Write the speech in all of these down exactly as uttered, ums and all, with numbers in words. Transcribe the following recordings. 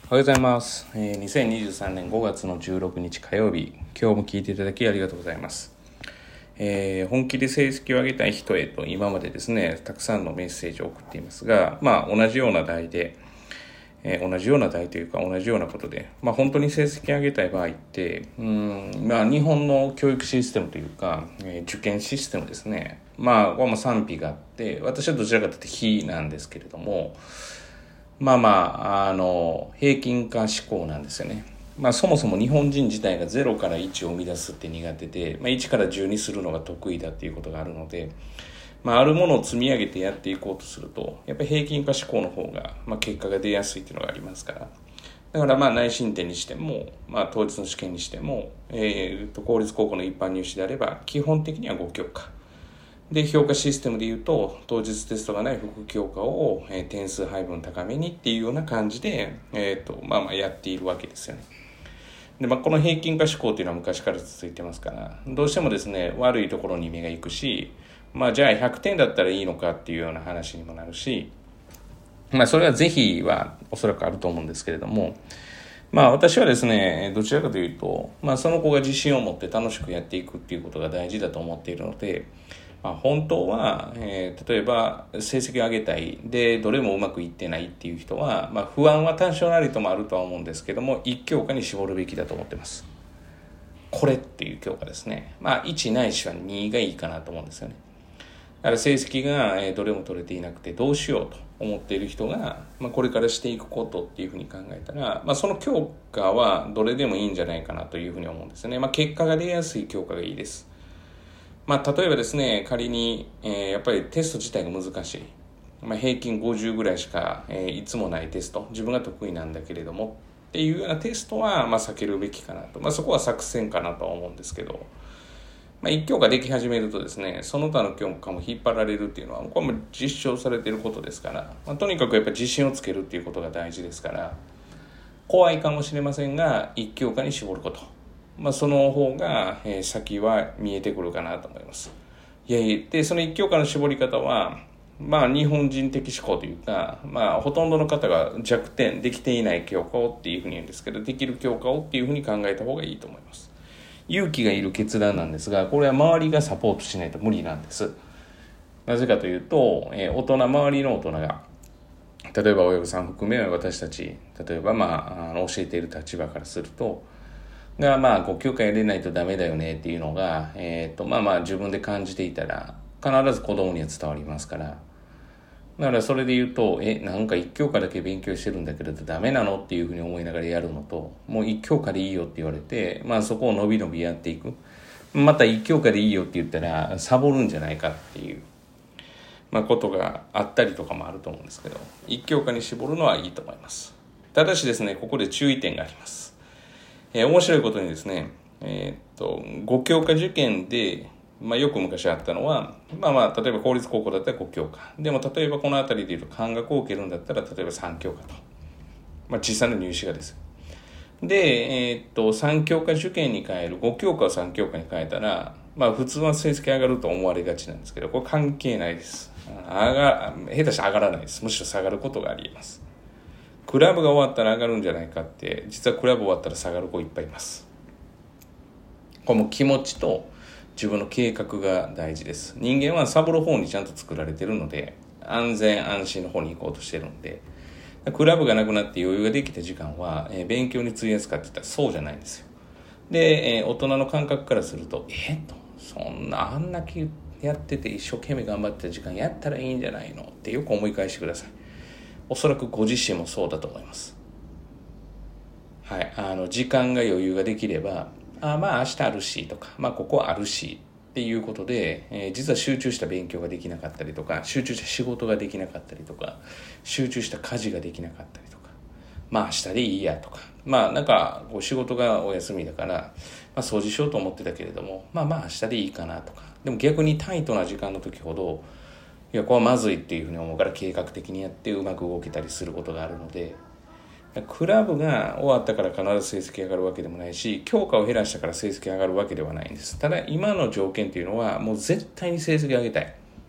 おはようございます、えー、にせんにじゅうさんねんごがつのじゅうろくにち火曜日、今日も聞いていただきありがとうございます。えー、本気で成績を上げたい人へと今までですねたくさんのメッセージを送っていますが、まあ同じような題で、えー、同じような題というか同じようなことで、まあ本当に成績を上げたい場合ってうーん、まあ、日本の教育システムというか、えー、受験システムですね、まあこれも賛否があって、私はどちらかというと非なんですけれども、まあまあ、あの、平均化思考なんですよね。まあそもそも日本人自体がゼロからいちを生み出すって苦手で、まあいちからじゅうにするのが得意だっていうことがあるので、まああるものを積み上げてやっていこうとすると、やっぱり平均化思考の方が、まあ結果が出やすいっていうのがありますから。だからまあ内申点にしても、まあ当日の試験にしても、えーと、公立高校の一般入試であれば、基本的にはご教科。で、評価システムで言うと、当日テストがない副教科を、えー、点数配分高めにっていうような感じで、えっと、まあまあやっているわけですよね。で、まあこの平均化思考っていうのは昔から続いてますから、どうしてもですね、悪いところに目が行くし、まあじゃあひゃくてんだったらいいのかっていうような話にもなるし、まあそれは是非はおそらくあると思うんですけれども、まあ私はですね、どちらかというと、まあその子が自信を持って楽しくやっていくっていうことが大事だと思っているので、まあ、本当は、えー、例えば成績を上げたいでどれもうまくいってないっていう人は、まあ、不安は多少なりともあるとは思うんですけども、一教科に絞るべきだと思ってます。これっていう教科ですね。まあいちないしはにがいいかなと思うんですよね。だから成績がどれも取れていなくてどうしようと思っている人が、まあ、これからしていくことっていうふうに考えたら、まあ、その教科はどれでもいいんじゃないかなというふうに思うんですよね。まあ、結果が出やすい教科がいいです。まあ、例えばですね、仮に、えー、やっぱりテスト自体が難しい。まあ、平均ごじゅうぐらいしか、えー、いつもないテスト。自分が得意なんだけれどもっていうようなテストは、まあ、避けるべきかなと。まあ、そこは作戦かなとは思うんですけど、まあ、一教科でき始めるとですね、その他の教科も引っ張られるっていうのは、これも実証されていることですから、まあ、とにかくやっぱり自信をつけるっていうことが大事ですから、怖いかもしれませんが、一教科に絞ること。まあ、その方が、えー、先は見えてくるかなと思います。いやいや、で、その一教科の絞り方は、まあ、日本人的思考というか、まあ、ほとんどの方が弱点、できていない教科をっていうふうに言うんですけど、できる教科をっていうふうに考えた方がいいと思います。勇気がいる決断なんですが、これは周りがサポートしないと無理なんです。なぜかというと、えー、大人、周りの大人が、例えば親御さん含め私たち、例えば、まあ、あの教えている立場からすると、がまあご教科やれないとダメだよねっていうのが、えっとまあまあ自分で感じていたら必ず子供には伝わりますから、だからそれで言うと、えなんか一教科だけ勉強してるんだけどダメなのっていうふうに思いながらやるのと、もう一教科でいいよって言われて、まあそこを伸び伸びやっていく。また一教科でいいよって言ったらサボるんじゃないかっていう、まあ、ことがあったりとかもあると思うんですけど、一教科に絞るのはいいと思います。ただしですね、ここで注意点があります。えー、面白いことにですね、えー、っとご教科受験で、まあ、よく昔あったのは、まあまあ例えば公立高校だったらご教科でも、例えばこの辺りでいうと漢学を受けるんだったら例えばさん教科と、まあ、実際の入試がですで、えー、っとさん教科受験に変える、ご教科をさん教科に変えたら、まあ普通は成績上がると思われがちなんですけど、これ関係ないです。上が下手して上がらないです。むしろ下がることがあります。クラブが終わったら上がるんじゃないかって、実はクラブ終わったら下がる子いっぱいいます。これも気持ちと自分の計画が大事です。人間はサボる方にちゃんと作られてるので、安全安心の方に行こうとしてるんで、クラブがなくなって余裕ができた時間は、えー、勉強に費やすかって言ったらそうじゃないんですよ。で、えー、大人の感覚からすると、えっとそんなあんなきやってて一生懸命頑張ってた時間やったらいいんじゃないのってよく思い返してください。おそらくご自身もそうだと思います。はい、あの時間が余裕ができれば、あまあ明日あるしとか、まあここはあるしっていうことで、えー、実は集中した勉強ができなかったりとか、集中した仕事ができなかったりとか、集中した家事ができなかったりとか、まあ明日でいいやとか、まあなんかこう仕事がお休みだから、まあ、掃除しようと思ってたけれども、まあまあ明日でいいかなとか、でも逆にタイトな時間の時ほど、いやこれはまずいっていうふうに思うから計画的にやってうまく動けたりすることがあるので、クラブが終わったから必ず成績上がるわけでもないし、教科を減らしたから成績上がるわけではないんです。ただ今の条件というのはもう絶対に成績上げたい、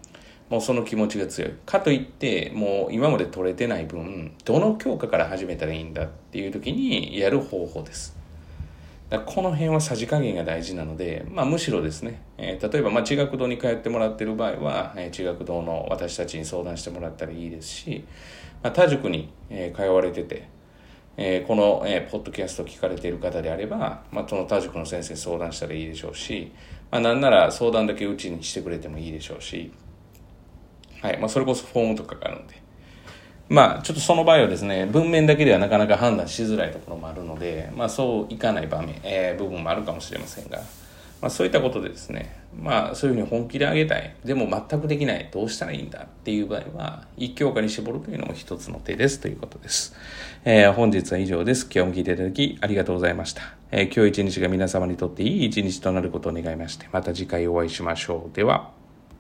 もうその気持ちが強い。かといって、もう今まで取れてない分、どの教科から始めたらいいんだっていう時にやる方法です。だからこの辺はさじ加減が大事なので、まあむしろですね、えー、例えばまあ地学堂に通ってもらっている場合は、えー、地学堂の私たちに相談してもらったらいいですし、まあ、他塾に、えー、通われてて、えー、この、えー、ポッドキャストを聞かれている方であれば、まあ、その他塾の先生に相談したらいいでしょうし、まあ、なんなら相談だけうちにしてくれてもいいでしょうし、はい、まあ、それこそフォームとかがあるので、まあ、ちょっとその場合はですね、文面だけではなかなか判断しづらいところもあるので、まあ、そういかない場面、えー、部分もあるかもしれませんが、まあ、そういったことでですね、まあ、そういうふうに本気であげたい、でも全くできない、どうしたらいいんだっていう場合は、一教科に絞るというのも一つの手ですということです。えー、本日は以上です。今日も聞いていただきありがとうございました。えー、今日一日が皆様にとっていい一日となることを願いまして、また次回お会いしましょう。では。